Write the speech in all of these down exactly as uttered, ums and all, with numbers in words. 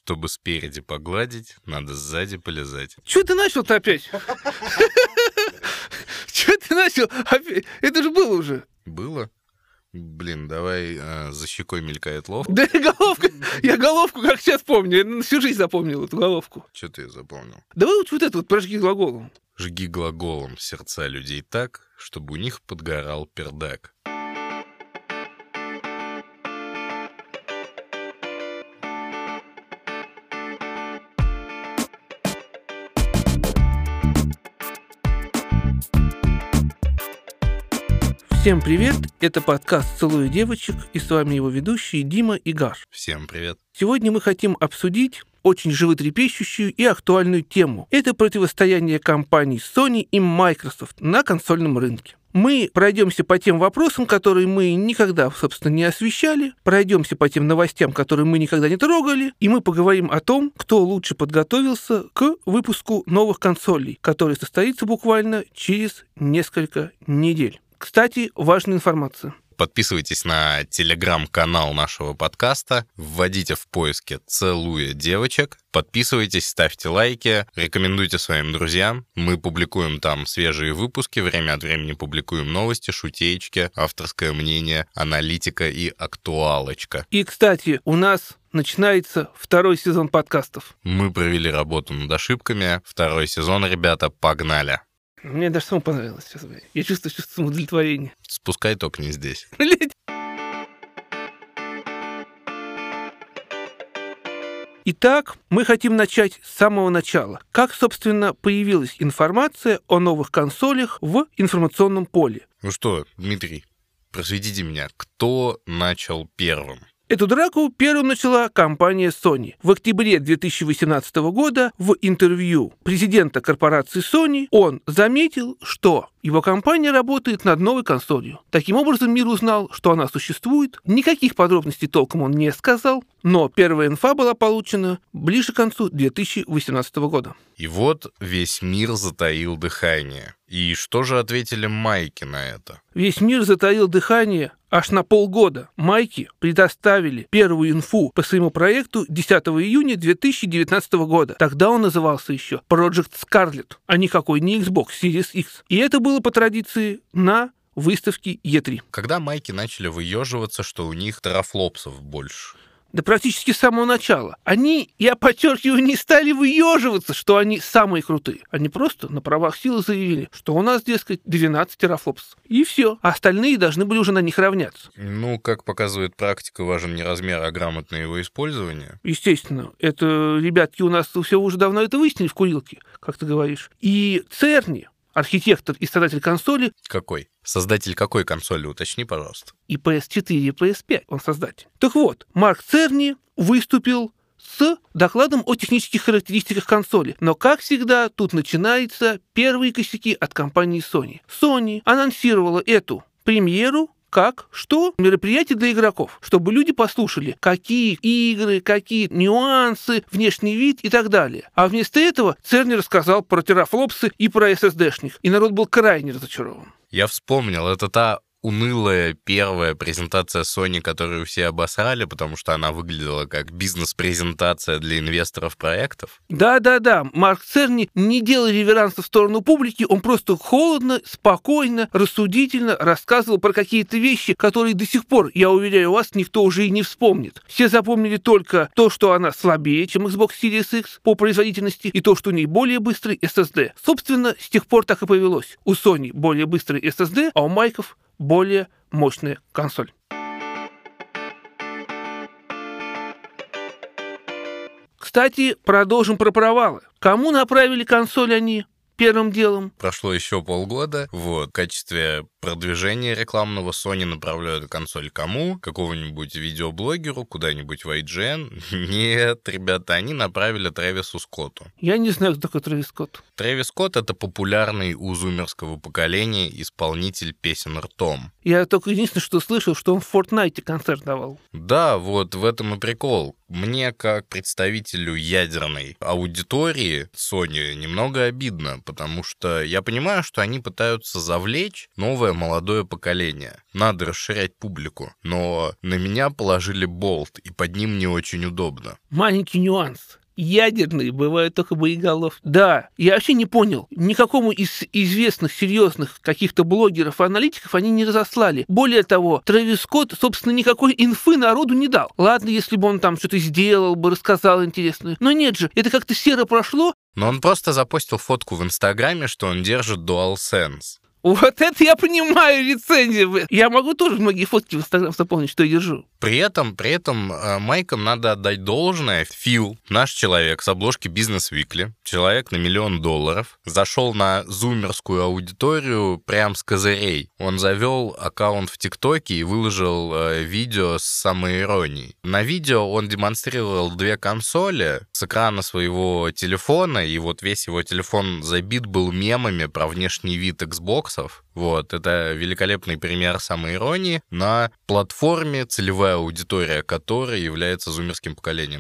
Чтобы спереди погладить, надо сзади полезать. Чё ты начал-то опять? Чё ты начал опять? Это же было уже. Было? Блин, давай э, за щекой мелькает лов. Да и головка. Я головку как сейчас помню. Я на всю жизнь запомнил эту головку. Что ты запомнил? Давай вот, вот это вот прожги глаголом. Жги глаголом сердца людей так, чтобы у них подгорал пердак. Всем привет, это подкаст «Целую девочек», и с вами его ведущие Дима и Гаш. Всем привет. Сегодня мы хотим обсудить очень животрепещущую и актуальную тему. Это противостояние компаний Sony и Microsoft на консольном рынке. Мы пройдемся по тем вопросам, которые мы никогда, собственно, не освещали, пройдемся по тем новостям, которые мы никогда не трогали, и мы поговорим о том, кто лучше подготовился к выпуску новых консолей, который состоится буквально через несколько недель. Кстати, важная информация. Подписывайтесь на телеграм-канал нашего подкаста, вводите в поиске «Целуя девочек», подписывайтесь, ставьте лайки, рекомендуйте своим друзьям. Мы публикуем там свежие выпуски, время от времени публикуем новости, шутеечки, авторское мнение, аналитика и актуалочка. И, кстати, у нас начинается второй сезон подкастов. Мы провели работу над ошибками. Второй сезон, ребята, погнали. Мне даже самому понравилось сейчас. Я чувствую чувство удовлетворения. Спускай только не здесь. Итак, мы хотим начать с самого начала. Как, собственно, появилась информация о новых консолях в информационном поле? Ну что, Дмитрий, просветите меня, кто начал первым? Эту драку первым начала компания Sony. В октябре две тысячи восемнадцатого года в интервью президента корпорации Sony он заметил, что его компания работает над новой консолью. Таким образом, мир узнал, что она существует. Никаких подробностей толком он не сказал, но первая инфа была получена ближе к концу две тысячи восемнадцатого года. И вот весь мир затаил дыхание. И что же ответили майки на это? Весь мир затаил дыхание аж на полгода. Майки предоставили первую инфу по своему проекту десятого июня две тысячи девятнадцатого года. Тогда он назывался еще Project Scarlet, а никакой не Xbox Series X. И это было по традиции на выставке и три. Когда майки начали выеживаться, что у них терафлопсов больше? Да практически с самого начала. Они, я подчеркиваю, не стали выеживаться, что они самые крутые. Они просто на правах силы заявили, что у нас, дескать, двенадцать терафлопсов. И все. А остальные должны были уже на них равняться. Ну, как показывает практика, важен не размер, а грамотное его использование. Естественно. Это, ребятки, у нас все уже давно это выяснили в курилке, как ты говоришь. И Церни, архитектор и создатель консоли. Какой? Создатель какой консоли? Уточни, пожалуйста. И пи эс четыре, и пи эс пять он создатель. Так вот, Марк Церни выступил с докладом о технических характеристиках консоли. Но, как всегда, тут начинаются первые косяки от компании Sony. Sony анонсировала эту премьеру как что? Мероприятие для игроков, чтобы люди послушали, какие игры, какие нюансы, внешний вид и так далее. А вместо этого Церни рассказал про терафлопсы и про эс эс ди-шник, и народ был крайне разочарован. Я вспомнил, это та унылая первая презентация Sony, которую все обосрали, потому что она выглядела как бизнес-презентация для инвесторов проектов. Да-да-да, Марк Церни не делал реверанса в сторону публики, он просто холодно, спокойно, рассудительно рассказывал про какие-то вещи, которые до сих пор, я уверяю вас, никто уже и не вспомнит. Все запомнили только то, что она слабее, чем Xbox Series X по производительности, и то, что у ней более быстрый эс эс ди. Собственно, с тех пор так и повелось. У Sony более быстрый эс эс ди, а у майков более мощная консоль. Кстати, продолжим про провалы. Кому направили консоль они первым делом? Прошло еще полгода. Вот, в качестве продвижения рекламного Sony направляют консоль кому? Какого-нибудь видеоблогеру, куда-нибудь в ай джи эн? Нет, ребята, они направили Трэвису Скотту. Я не знаю, кто такой Трэвис Скотт. Трэвис Скотт — это популярный у зумерского поколения исполнитель песен ртом. Я только единственное, что слышал, что он в Fortnite концерт давал. Да, вот в этом и прикол. Мне, как представителю ядерной аудитории Sony, немного обидно, потому что я понимаю, что они пытаются завлечь новое молодое поколение. Надо расширять публику. Но на меня положили болт, и под ним не очень удобно. Маленький нюанс. Ядерные бывают только боеголовки. Да, я вообще не понял. Никакому из известных, серьезных каких-то блогеров и аналитиков они не разослали. Более того, Трэвис Скотт, собственно, никакой инфы народу не дал. Ладно, если бы он там что-то сделал бы, рассказал интересное. Но нет же, это как-то серо прошло. Но он просто запостил фотку в Инстаграме, что он держит DualSense. Вот это я понимаю, рецензия. Я могу тоже многие фотки в Инстаграм заполнить, что я держу. При этом, при этом Майкам надо отдать должное. Фил, наш человек с обложки Business Weekly, человек на миллион долларов, зашел на зумерскую аудиторию прям с козырей. Он завел аккаунт в ТикТоке и выложил видео с самоиронией. На видео он демонстрировал две консоли с экрана своего телефона, и вот весь его телефон забит был мемами про внешний вид Xbox. Вот, это великолепный пример самоиронии на платформе, целевая аудитория которой является зумерским поколением.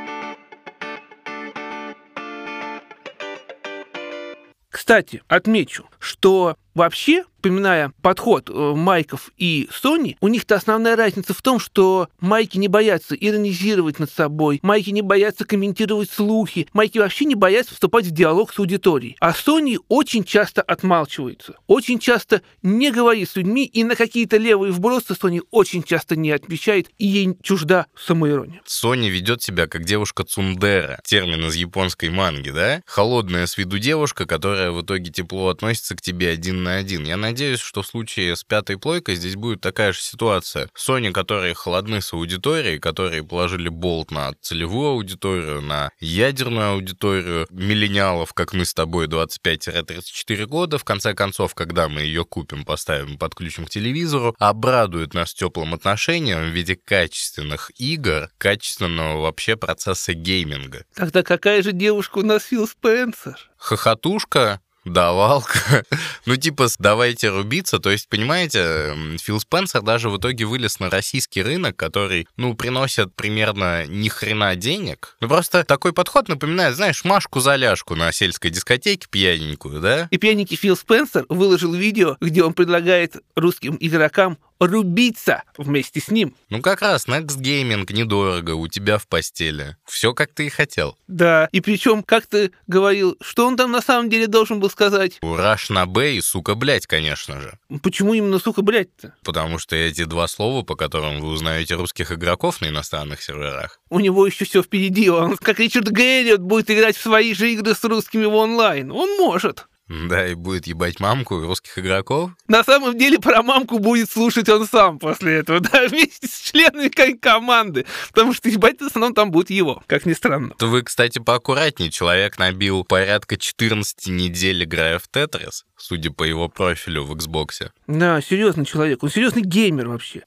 Кстати, отмечу, что вообще, вспоминая подход Майков и Sony, у них-то основная разница в том, что Майки не боятся иронизировать над собой, Майки не боятся комментировать слухи, Майки вообще не боятся вступать в диалог с аудиторией. А Sony очень часто отмалчивается, очень часто не говорит с людьми, и на какие-то левые вбросы Sony очень часто не отвечает, и ей чужда самоирония. Sony ведет себя как девушка цундера, термин из японской манги, да? Холодная с виду девушка, которая в итоге тепло относится к тебе один на один. Я надеюсь, что в случае с пятой плойкой здесь будет такая же ситуация. Sony, которые холодны с аудиторией, которые положили болт на целевую аудиторию, на ядерную аудиторию миллениалов, как мы с тобой, двадцать пять - тридцать четыре года, в конце концов, когда мы ее купим, поставим, подключим к телевизору, обрадует нас теплым отношением в виде качественных игр, качественного вообще процесса гейминга. Тогда какая же девушка у нас Фил Спенсер? Хохотушка, давалка. Ну, типа, давайте рубиться. То есть, понимаете, Фил Спенсер даже в итоге вылез на российский рынок, который, ну, приносит примерно ни хрена денег. Ну, просто такой подход напоминает, знаешь, Машку-заляшку на сельской дискотеке пьяненькую, да? И пьяненький Фил Спенсер выложил видео, где он предлагает русским игрокам рубиться вместе с ним. Ну, как раз Next Gaming недорого, у тебя в постели. Все, как ты и хотел. Да, и причем, как ты говорил, что он там на самом деле должен был сказать? Ураж на Б и сука, блядь, конечно же. Почему именно сука, блядь-то? Потому что эти два слова, по которым вы узнаете русских игроков на иностранных серверах. У него еще все впереди, он как Ричард Гэрриот будет играть в свои же игры с русскими в онлайн. Он может. Да, и будет ебать мамку русских игроков. На самом деле про мамку будет слушать он сам после этого, да, вместе с членами команды, потому что ебать в основном там будет его, как ни странно. То вы, кстати, поаккуратнее. Человек набил порядка четырнадцать недель, играя в Тетрис, судя по его профилю в Xbox. Да, серьезный человек, он серьезный геймер вообще.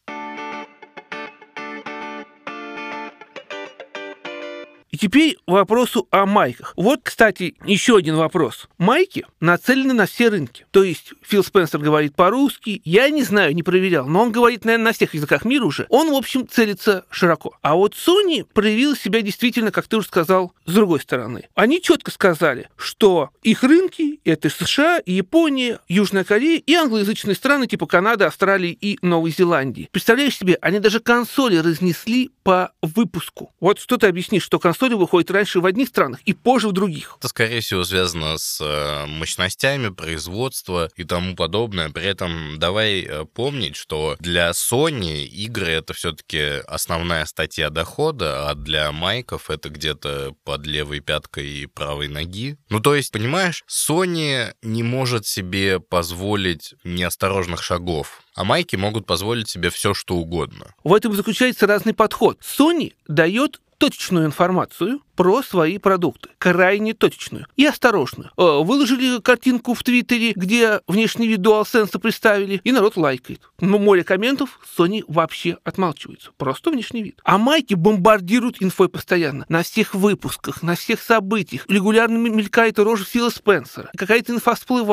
И теперь к вопросу о майках. Вот, кстати, еще один вопрос. Майки нацелены на все рынки. То есть Фил Спенсер говорит по-русски, я не знаю, не проверял, но он говорит, наверное, на всех языках мира уже. Он, в общем, целится широко. А вот Sony проявила себя действительно, как ты уже сказал, с другой стороны. Они четко сказали, что их рынки — это США, и Япония, Южная Корея и англоязычные страны типа Канады, Австралии и Новой Зеландии. Представляешь себе, они даже консоли разнесли по выпуску. Вот что ты объяснишь, что консоли выходят раньше в одних странах и позже в других? Это, скорее всего, связано с э, мощностями производства и тому подобное. При этом давай э, помнить, что для Sony игры — это все-таки основная статья дохода, а для майков это где-то под левой пяткой и правой ноги. Ну, то есть, понимаешь, Sony не может себе позволить неосторожных шагов. А майки могут позволить себе все, что угодно. В этом заключается разный подход. Sony дает точечную информацию про свои продукты, крайне точечную и осторожную. Выложили картинку в Твиттере, где внешний вид DualSense представили, и народ лайкает. Но море комментов, Sony вообще отмалчивается. Просто внешний вид. А майки бомбардируют инфой постоянно. На всех выпусках, на всех событиях. Регулярно мелькает рожа Фила Спенсера. Какая-то инфа всплывает.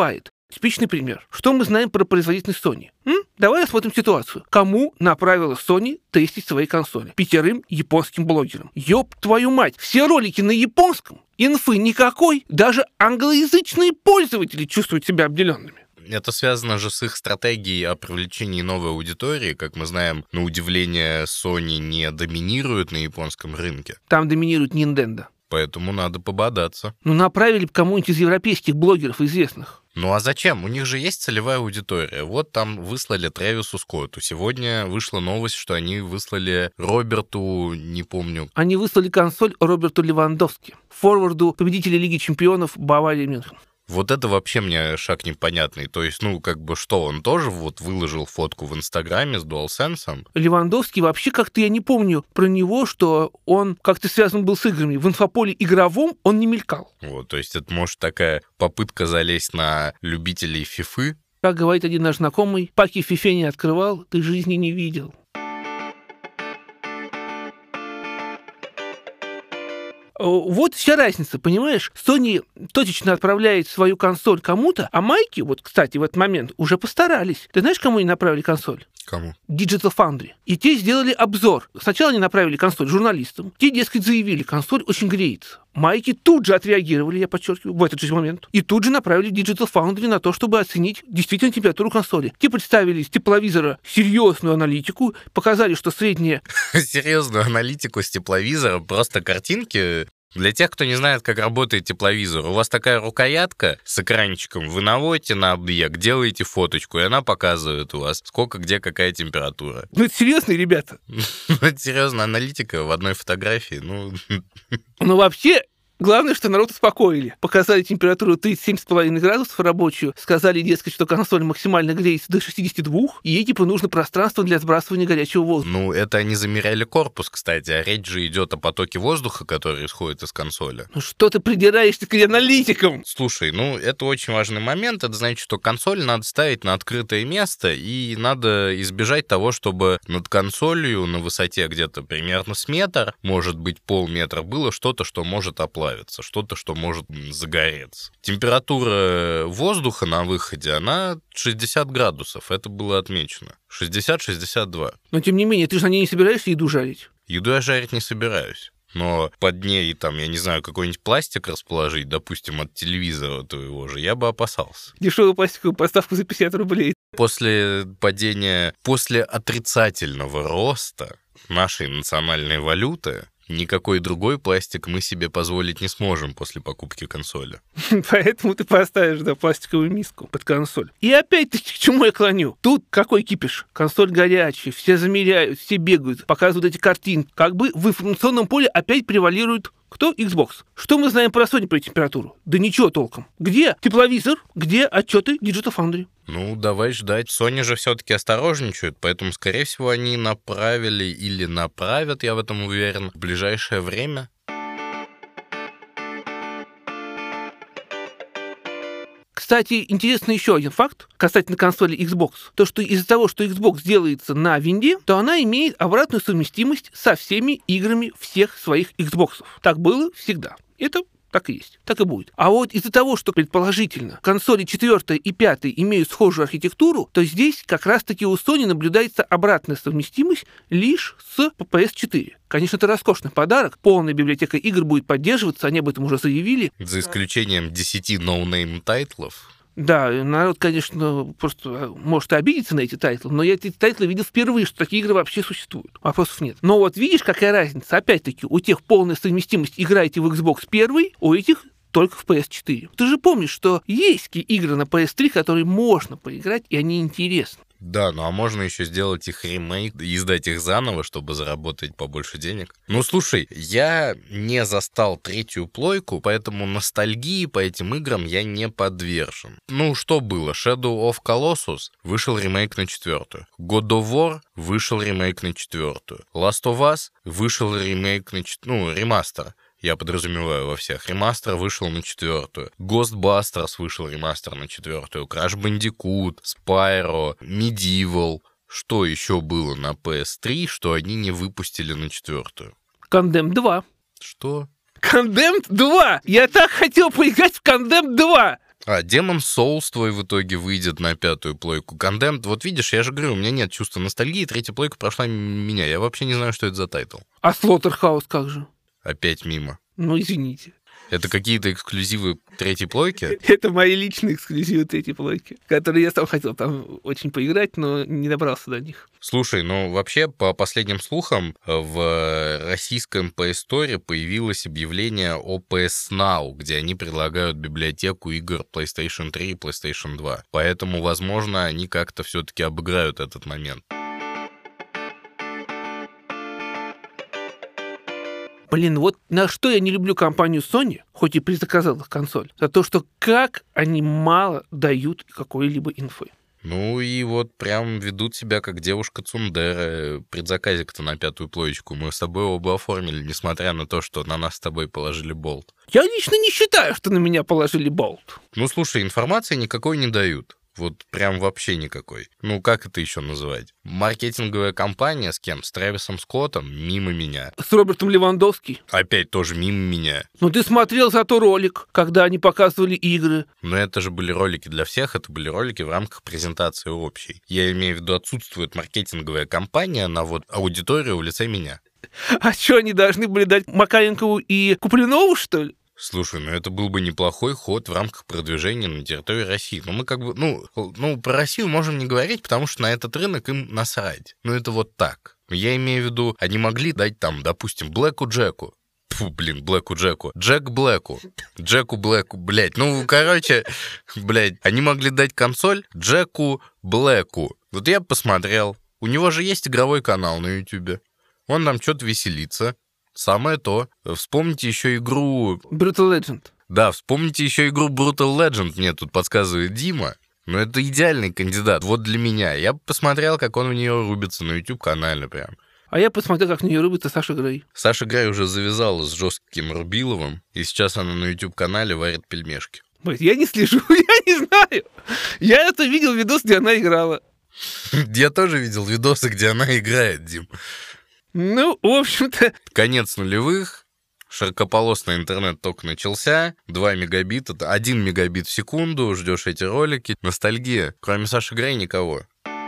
Типичный пример. Что мы знаем про производительность Sony? М? Давай рассмотрим ситуацию. Кому направила Sony тестить свои консоли? Пятерым японским блогерам. Ёб твою мать, все ролики на японском, инфы никакой, даже англоязычные пользователи чувствуют себя обделенными. Это связано же с их стратегией о привлечении новой аудитории. Как мы знаем, на удивление, Sony не доминирует на японском рынке. Там доминирует Nintendo. Поэтому надо пободаться. Ну, направили бы кому-нибудь из европейских блогеров известных. Ну а зачем? У них же есть целевая аудитория. Вот там выслали Трэвису Скотту. Сегодня вышла новость, что они выслали Роберту, не помню... Они выслали консоль Роберту Левандовски, форварду победителя Лиги чемпионов Бавария Мюнхен. Вот это вообще мне шаг непонятный. То есть, ну, как бы что, он тоже вот выложил фотку в Инстаграме с DualSense? Левандовский вообще как-то, я не помню про него, что он как-то связан был с играми. В инфополе игровом он не мелькал. Вот, то есть это, может, такая попытка залезть на любителей фифы? Как говорит один наш знакомый, паки в фифе не открывал, ты жизни не видел. Вот вся разница, понимаешь? Sony точечно отправляет свою консоль кому-то, а майки, вот, кстати, в этот момент уже постарались. Ты знаешь, кому они направили консоль? Кому? Digital Foundry. И те сделали обзор. Сначала они направили консоль журналистам. Те, дескать, заявили, консоль очень греется. Майки тут же отреагировали, я подчеркиваю, в этот же момент. И тут же направили Digital Foundry на то, чтобы оценить действительно температуру консоли. Те представили из тепловизора серьезную аналитику, показали, что средняя... Серьезную аналитику с тепловизора, просто картинки... Для тех, кто не знает, как работает тепловизор, у вас такая рукоятка с экранчиком, вы наводите на объект, делаете фоточку, и она показывает у вас, сколько, где, какая температура. Ну, это серьезные ребята. Это серьезная аналитика в одной фотографии, ну... Ну, вообще... Главное, что народ успокоили. Показали температуру тридцать семь с половиной градусов рабочую, сказали, дескать, что консоль максимально греется до шестьдесят два, и ей, типа, нужно пространство для сбрасывания горячего воздуха. Ну, это они замеряли корпус, кстати, а речь же идет о потоке воздуха, который исходит из консоли. Ну что ты придираешься к аналитикам? Слушай, ну, это очень важный момент. Это значит, что консоль надо ставить на открытое место, и надо избежать того, чтобы над консолью на высоте где-то примерно с метр, может быть, полметра, было что-то, что может оплавиться. Что-то, что может загореться. Температура воздуха на выходе, она шестьдесят градусов. Это было отмечено. шестьдесят - шестьдесят два. Но, тем не менее, ты же на ней не собираешься еду жарить? Еду я жарить не собираюсь. Но под ней, там, я не знаю, какой-нибудь пластик расположить, допустим, от телевизора твоего же, я бы опасался. Дешевую пластиковую поставку за пятьдесят рублей. После падения, после отрицательного роста нашей национальной валюты, никакой другой пластик мы себе позволить не сможем после покупки консоли. Поэтому ты поставишь, да, пластиковую миску под консоль. И опять-таки, к чему я клоню? Тут какой кипиш? Консоль горячая, все замеряют, все бегают, показывают эти картинки. Как бы в информационном поле опять превалирует кто? Xbox. Что мы знаем про Sony про температуру? Да ничего толком. Где тепловизор? Где отчеты Digital Foundry? Ну, давай ждать. Sony же все-таки осторожничают, поэтому, скорее всего, они направили или направят, я в этом уверен, в ближайшее время. Кстати, интересный еще один факт касательно консоли Xbox. То, что из-за того, что Xbox делается на винде, то она имеет обратную совместимость со всеми играми всех своих Xbox. Так было всегда. Это так и есть, так и будет. А вот из-за того, что, предположительно, консоли четвёртой и пятой имеют схожую архитектуру, то здесь как раз-таки у Sony наблюдается обратная совместимость лишь с пи эс четыре. Конечно, это роскошный подарок, полная библиотека игр будет поддерживаться, они об этом уже заявили. За исключением десяти ноунейм тайтлов. Да, народ, конечно, просто может обидеться на эти тайтлы, но я эти тайтлы видел впервые, что такие игры вообще существуют. Вопросов нет. Но вот видишь, какая разница? Опять-таки, у тех полная совместимость, играете в Xbox первый, у этих только в пи эс четыре. Ты же помнишь, что есть игры на пи эс три, которые можно поиграть, и они интересны. Да, ну а можно еще сделать их ремейк и издать их заново, чтобы заработать побольше денег. Ну, слушай, я не застал третью плойку, поэтому ностальгии по этим играм я не подвержен. Ну, что было? Shadow of Colossus вышел ремейк на четвертую. God of War вышел ремейк на четвертую. Last of Us вышел ремейк на четвертую, ну, ремастер. Я подразумеваю во всех. Ремастер вышел на четвертую. Ghostbusters вышел ремастер на четвертую. Crash Bandicoot, Spyro, Medieval. Что еще было на пи эс три, что они не выпустили на четвертую? Condemned два. Что? Condemned два! Я так хотел поиграть в Condemned два! А, Demon's Souls твой в итоге выйдет на пятую плойку. Condemned, вот видишь, я же говорю, у меня нет чувства ностальгии, третья плойка прошла меня. Я вообще не знаю, что это за тайтл. А Slaughterhouse как же? Опять мимо. Ну, извините. Это какие-то эксклюзивы третьей плойки? Это мои личные эксклюзивы третьей плойки, которые я сам хотел там очень поиграть, но не добрался до них. Слушай, ну вообще, по последним слухам, в российском Play Store появилось объявление о пи эс Now, где они предлагают библиотеку игр PlayStation три и PlayStation два. Поэтому, возможно, они как-то все-таки обыграют этот момент. Блин, вот на что я не люблю компанию Sony, хоть и предзаказал их консоль, за то, что как они мало дают какой-либо инфы. Ну и вот прям ведут себя как девушка Цундера. Предзаказик-то на пятую плоечку мы с тобой оба оформили, несмотря на то, что на нас с тобой положили болт. Я лично не считаю, что на меня положили болт. Ну слушай, информации никакой не дают. Вот прям вообще никакой. Ну, как это еще называть? Маркетинговая компания с кем? С Трэвисом Скоттом? Мимо меня. С Робертом Левандовским? Опять тоже мимо меня. Ну, ты смотрел зато ролик, когда они показывали игры. Но это же были ролики для всех, это были ролики в рамках презентации общей. Я имею в виду, отсутствует маркетинговая компания на вот аудиторию в лице меня. А что, они должны были дать Макаренкову и Куплинову, что ли? Слушай, ну это был бы неплохой ход в рамках продвижения на территории России. Ну мы как бы, ну, ну про Россию можем не говорить, потому что на этот рынок им насрать. Ну это вот так. Я имею в виду, они могли дать там, допустим, Блэку Джеку. Фу, блин, Блэку Джеку. Джек Блэку. Джеку Блэку, блядь. Ну, короче, блядь, они могли дать консоль Джеку Блэку. Вот я посмотрел. У него же есть игровой канал на Ютубе. Он там что-то веселится. Самое то. Вспомните еще игру... Brutal Legend. Да, вспомните еще игру Brutal Legend, мне тут подсказывает Дима. Но это идеальный кандидат, вот для меня. Я бы посмотрел, как он в нее рубится на YouTube-канале прям. А я посмотрел, как в нее рубится Саша Грей. Саша Грей уже завязала с жестким Рубиловым, и сейчас она на YouTube-канале варит пельмешки. Блин, я не слежу, я не знаю. Я это видел видос, где она играла. Я тоже видел видосы, где она играет, Дим. Ну, в общем-то... Конец нулевых, широкополосный интернет только начался, два мегабита, один мегабит в секунду, ждешь эти ролики. Ностальгия. Кроме Саши Грей никого.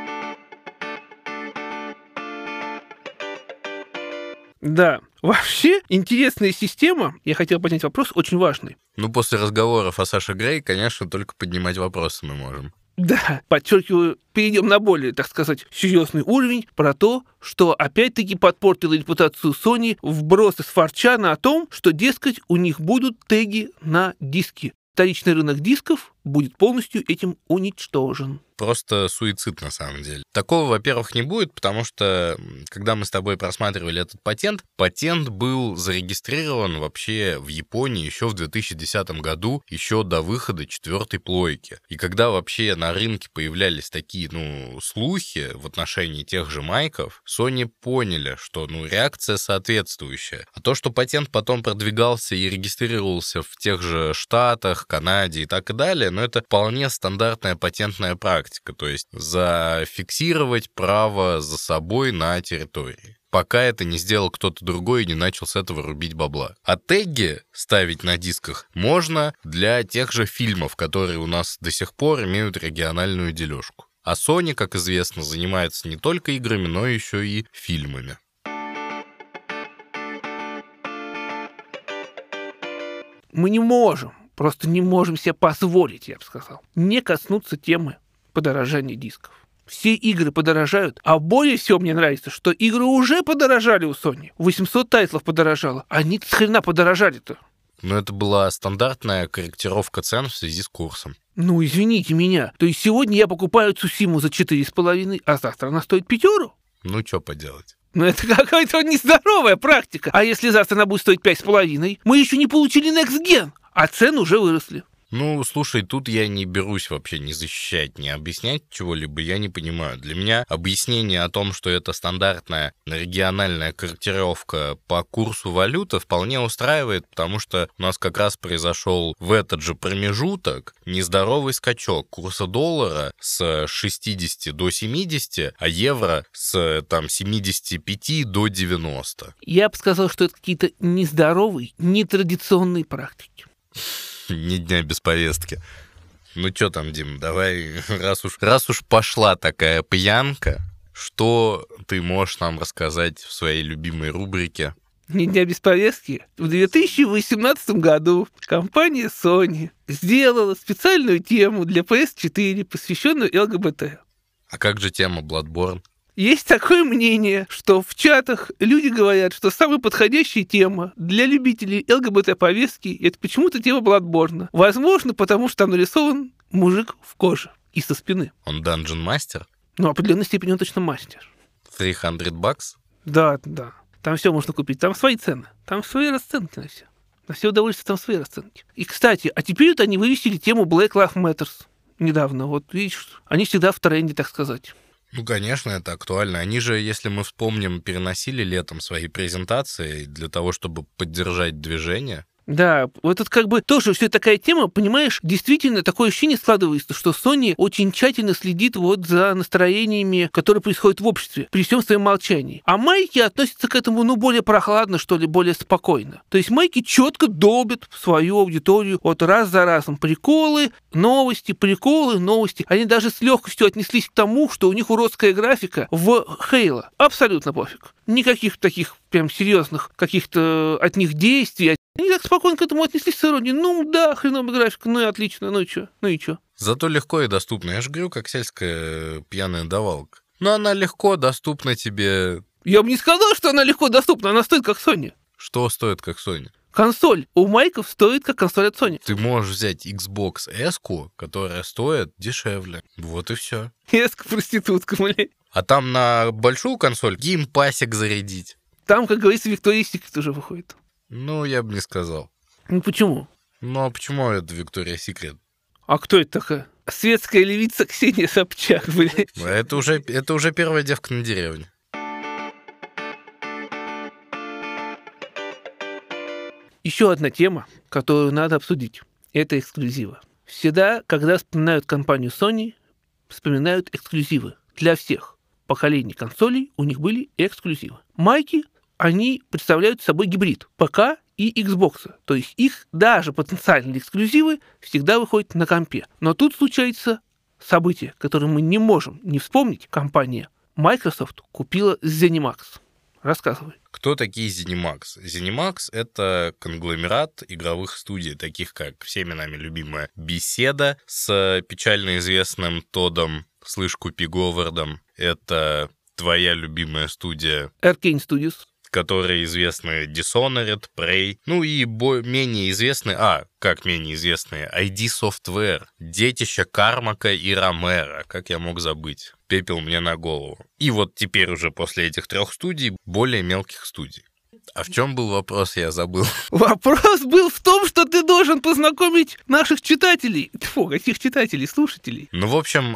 Да. Вообще, интересная система. Я хотел поднять вопрос, очень важный. Ну, после разговоров о Саше Грей, конечно, только поднимать вопросы мы можем. Да, подчеркиваю, перейдем на более, так сказать, серьезный уровень про то, что опять-таки подпортила репутацию Sony вбросы с Форчана о том, что, дескать, у них будут теги на диски. Вторичный рынок дисков будет полностью этим уничтожен. Просто суицид, на самом деле. Такого, во-первых, не будет, потому что, когда мы с тобой просматривали этот патент, патент был зарегистрирован вообще в Японии еще в две тысячи десятом году, еще до выхода четвертой плойки. И когда вообще на рынке появлялись такие, ну, слухи в отношении тех же майков, Sony поняли, что, ну, реакция соответствующая. А то, что патент потом продвигался и регистрировался в тех же Штатах, Канаде и так и далее, но это вполне стандартная патентная практика. То есть зафиксировать право за собой на территории, пока это не сделал кто-то другой и не начал с этого рубить бабла. А теги ставить на дисках можно для тех же фильмов, которые у нас до сих пор имеют региональную дележку. А Sony, как известно, занимается не только играми, но еще и фильмами. Мы не можем, просто не можем себе позволить, я бы сказал, не коснуться темы подорожания дисков. Все игры подорожают, а более всего мне нравится, что игры уже подорожали у Sony. восемьсот тайтлов подорожало. Они с хрена подорожали-то. Но это была стандартная корректировка цен в связи с курсом. Ну, извините меня. То есть сегодня я покупаю Цусиму за четыре с половиной, а завтра она стоит пятеру? Ну, что поделать? Ну, это какая-то нездоровая практика. А если завтра она будет стоить пять с половиной, мы еще не получили Next Gen, а цены уже выросли. Ну, слушай, тут я не берусь вообще ни защищать, ни объяснять чего-либо, я не понимаю. Для меня объяснение о том, что это стандартная региональная корректировка по курсу валюты, вполне устраивает, потому что у нас как раз произошел в этот же промежуток нездоровый скачок курса доллара с шестидесяти до семидесяти, а евро с там семидесяти пяти до девяноста. Я бы сказал, что это какие-то нездоровые, нетрадиционные практики. Ни дня без повестки. Ну что там, Дим, давай, раз уж, раз уж пошла такая пьянка, что ты можешь нам рассказать в своей любимой рубрике? Ни дня без повестки. В две тысячи восемнадцатом году компания Sony сделала специальную тему для пи эс четыре, посвященную ЛГБТ. А как же тема Bloodborne? Есть такое мнение, что в чатах люди говорят, что самая подходящая тема для любителей ЛГБТ-повестки — это почему-то тема Bloodborne. Возможно, потому что там нарисован мужик в коже и со спины. Он Dungeon Master? Ну, в определенной степени он точно мастер. триста баксов? Да, да. Там все можно купить. Там свои цены. Там свои расценки на все. На все удовольствие там свои расценки. И, кстати, а теперь вот они вывесили тему Black Lives Matter недавно. Вот, видишь, они всегда в тренде, так сказать. Ну, конечно, это актуально. Они же, если мы вспомним, переносили летом свои презентации для того, чтобы поддержать движение. Да, вот это как бы тоже все такая тема, понимаешь, действительно такое ощущение складывается, что Sony очень тщательно следит вот за настроениями, которые происходят в обществе, при всем своем молчании. А майки относятся к этому, ну, более прохладно, что ли, более спокойно. То есть майки четко долбят свою аудиторию вот раз за разом. Приколы, новости, приколы, новости. Они даже с легкостью отнеслись к тому, что у них уродская графика в Halo. Абсолютно пофиг. Никаких таких прям серьезных каких-то от них действий. Они так спокойно к этому отнеслись с иронией. Ну да, хреновая графика, ну и отлично, ну и чё, ну и чё. Зато легко и доступно. Я же говорю, как сельская пьяная давалка. Но она легко доступна тебе. Я бы не сказал, что она легко доступна, она стоит как Sony. Что стоит как Sony? Консоль у майков стоит как консоль от Sony. Ты можешь взять Xbox S-ку, которая стоит дешевле. Вот и все. S-ка проститутка, блядь. А там на большую консоль геймпасик зарядить. Там, как говорится, Victoria's Secret уже выходит. Ну, я бы не сказал. Ну почему? Ну, а почему это Victoria's Secret? А кто это такая? Светская левица Ксения Собчак, блядь. Это уже, это уже первая девка на деревне. Еще одна тема, которую надо обсудить. Это эксклюзивы. Всегда, когда вспоминают компанию Sony, вспоминают эксклюзивы. Для всех поколений консолей у них были эксклюзивы. Майки, они представляют собой гибрид ПК и Xbox. То есть их даже потенциальные эксклюзивы всегда выходят на компе. Но тут случается событие, которое мы не можем не вспомнить. Компания Microsoft купила ZeniMax. Рассказывай. Кто такие ZeniMax? ZeniMax — это конгломерат игровых студий, таких как всеми нами любимая «Беседа» с печально известным Тоддом, слышь, купи Говардом. Это твоя любимая студия. Arcane Studios. Которые известны Dishonored, Prey, ну и бо- менее известные, а, как менее известные, ай ди Software, детища Кармака и Ромеро, как я мог забыть, пепел мне на голову. И вот теперь уже после этих трех студий более мелких студий. А в чем был вопрос, я забыл. Вопрос был в том, что ты должен познакомить наших читателей. Фу, каких читателей, слушателей. Ну, в общем,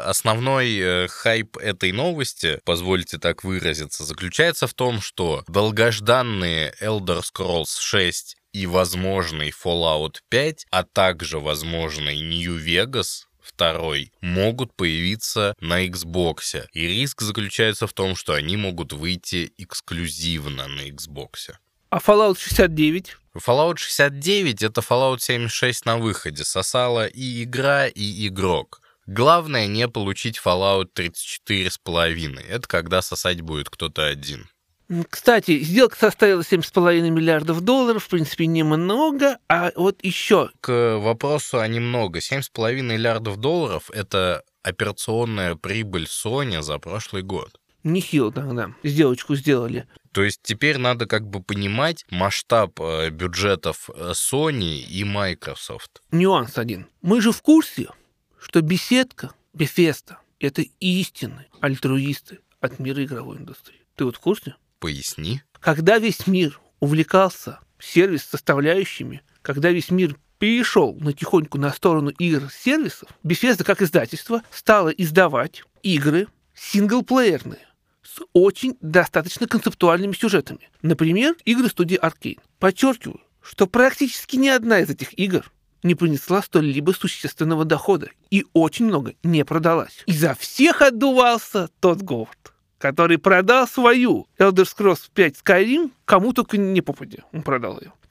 основной хайп этой новости, позвольте так выразиться, заключается в том, что долгожданные Elder Scrolls шесть и возможный Fallout пять, а также возможный New Vegas второй, могут появиться на Xbox. И риск заключается в том, что они могут выйти эксклюзивно на Xbox. А Fallout шестьдесят девять? Fallout шестьдесят девять — это Fallout семьдесят шесть на выходе. Сосала и игра, и игрок. Главное не получить Fallout тридцать четыре с половиной. Это когда сосать будет кто-то один. Кстати, сделка составила семь с половиной миллиардов долларов, в принципе, немного, а вот еще... К вопросу о немного. семь с половиной миллиардов долларов — это операционная прибыль Sony за прошлый год. Нехило тогда сделочку сделали. То есть теперь надо как бы понимать масштаб э, бюджетов Sony и Microsoft. Нюанс один. Мы же в курсе, что беседка, Bethesda — это истинные альтруисты от мира игровой индустрии. Ты вот в курсе? Поясни. Когда весь мир увлекался сервис-составляющими, когда весь мир перешел потихоньку на сторону игр-сервисов, Bethesda как издательство стало издавать игры синглплеерные с очень достаточно концептуальными сюжетами. Например, игры студии Arcane. Подчеркиваю, что практически ни одна из этих игр не принесла столь-либо существенного дохода и очень много не продалась. И за всех отдувался тот Говард, который продал свою Elder Scrolls пять Skyrim кому только не попадя. Он продал ее.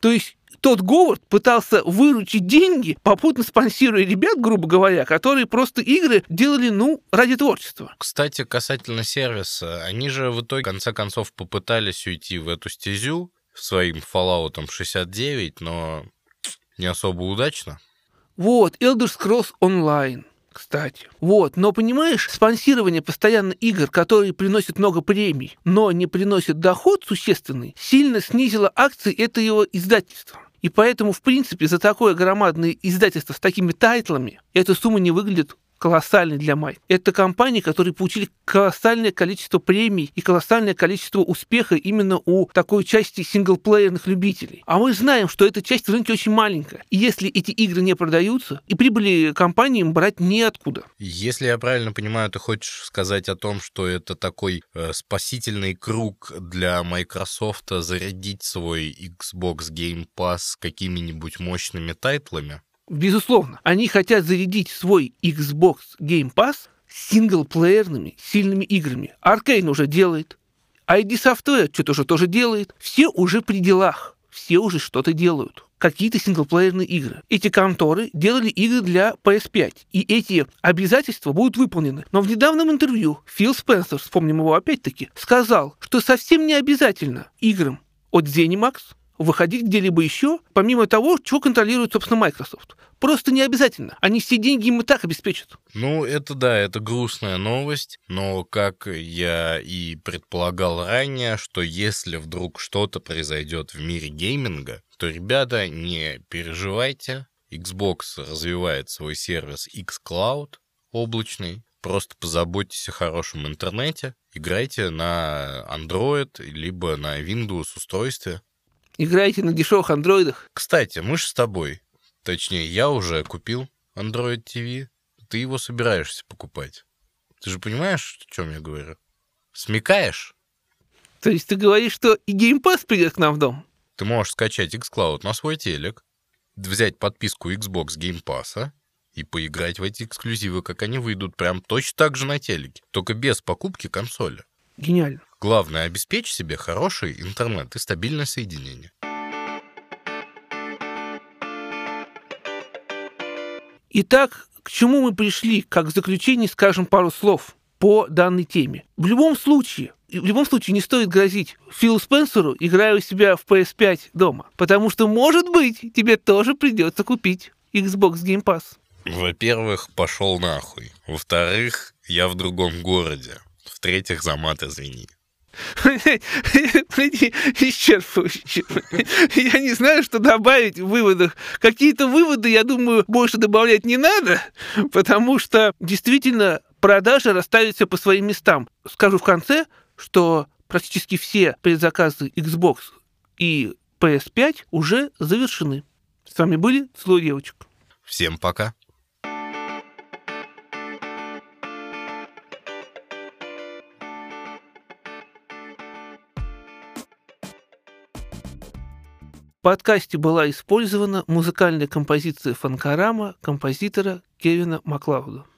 То есть тот Говард пытался выручить деньги, попутно спонсируя ребят, грубо говоря, которые просто игры делали, ну, ради творчества. Кстати, касательно сервиса, они же в итоге, в конце концов, попытались уйти в эту стезю своим Fallout шестьдесят девять, но не особо удачно. Вот, Elder Scrolls Online, кстати. Вот, но понимаешь, спонсирование постоянно игр, которые приносят много премий, но не приносят доход существенный, сильно снизило акции этого издательства. И поэтому, в принципе, за такое громадное издательство с такими тайтлами эта сумма не выглядит колоссальной для Майк. Это компании, которые получили колоссальное количество премий и колоссальное количество успеха именно у такой части синглплеерных любителей. А мы знаем, что эта часть в рынке очень маленькая. И если эти игры не продаются, и прибыли компаниям брать неоткуда. Если я правильно понимаю, ты хочешь сказать о том, что это такой э, спасительный круг для Microsoft зарядить свой Xbox Game Pass какими-нибудь мощными тайтлами? Безусловно, они хотят зарядить свой Xbox Game Pass синглплеерными сильными играми. Arkane уже делает, ай ди Software что-то уже тоже делает. Все уже при делах, все уже что-то делают. Какие-то синглплеерные игры. Эти конторы делали игры для пи эс пять, и эти обязательства будут выполнены. Но в недавнем интервью Фил Спенсер, вспомним его опять-таки, сказал, что совсем не обязательно играм от ZeniMax выходить где-либо еще, помимо того, что контролирует, собственно, Microsoft. Просто не обязательно. Они все деньги им и так обеспечат. Ну, это да, это грустная новость, но, как я и предполагал ранее, что если вдруг что-то произойдет в мире гейминга, то, ребята, не переживайте. Xbox развивает свой сервис xCloud облачный. Просто позаботьтесь о хорошем интернете. Играйте на Android либо на Windows устройстве. Играйте на дешевых андроидах. Кстати, мы же с тобой, точнее, я уже купил Android ти ви, ты его собираешься покупать. Ты же понимаешь, о чем я говорю? Смекаешь? То есть ты говоришь, что и Game Pass придет к нам в дом? Ты можешь скачать xCloud на свой телек, взять подписку Xbox Game Pass и поиграть в эти эксклюзивы, как они выйдут, прям точно так же на телеке, только без покупки консоли. Гениально. Главное, обеспечь себе хороший интернет и стабильное соединение. Итак, к чему мы пришли, как в заключении скажем пару слов по данной теме. В любом случае, в любом случае не стоит грозить Филу Спенсеру, играя у себя в пи эс пять дома, потому что, может быть, тебе тоже придется купить Xbox Game Pass. Во-первых, пошел нахуй. Во-вторых, я в другом городе. В-третьих, за мат извини. Исчерпывающе. Я не знаю, что добавить в выводах. Какие-то выводы, я думаю, больше добавлять не надо, потому что действительно продажи расставят все по своим местам. Скажу в конце, что практически все предзаказы Xbox и пи эс пять уже завершены. С вами были Целую девочек. Всем пока. В подкасте была использована музыкальная композиция фанкорама композитора Кевина Маклауда.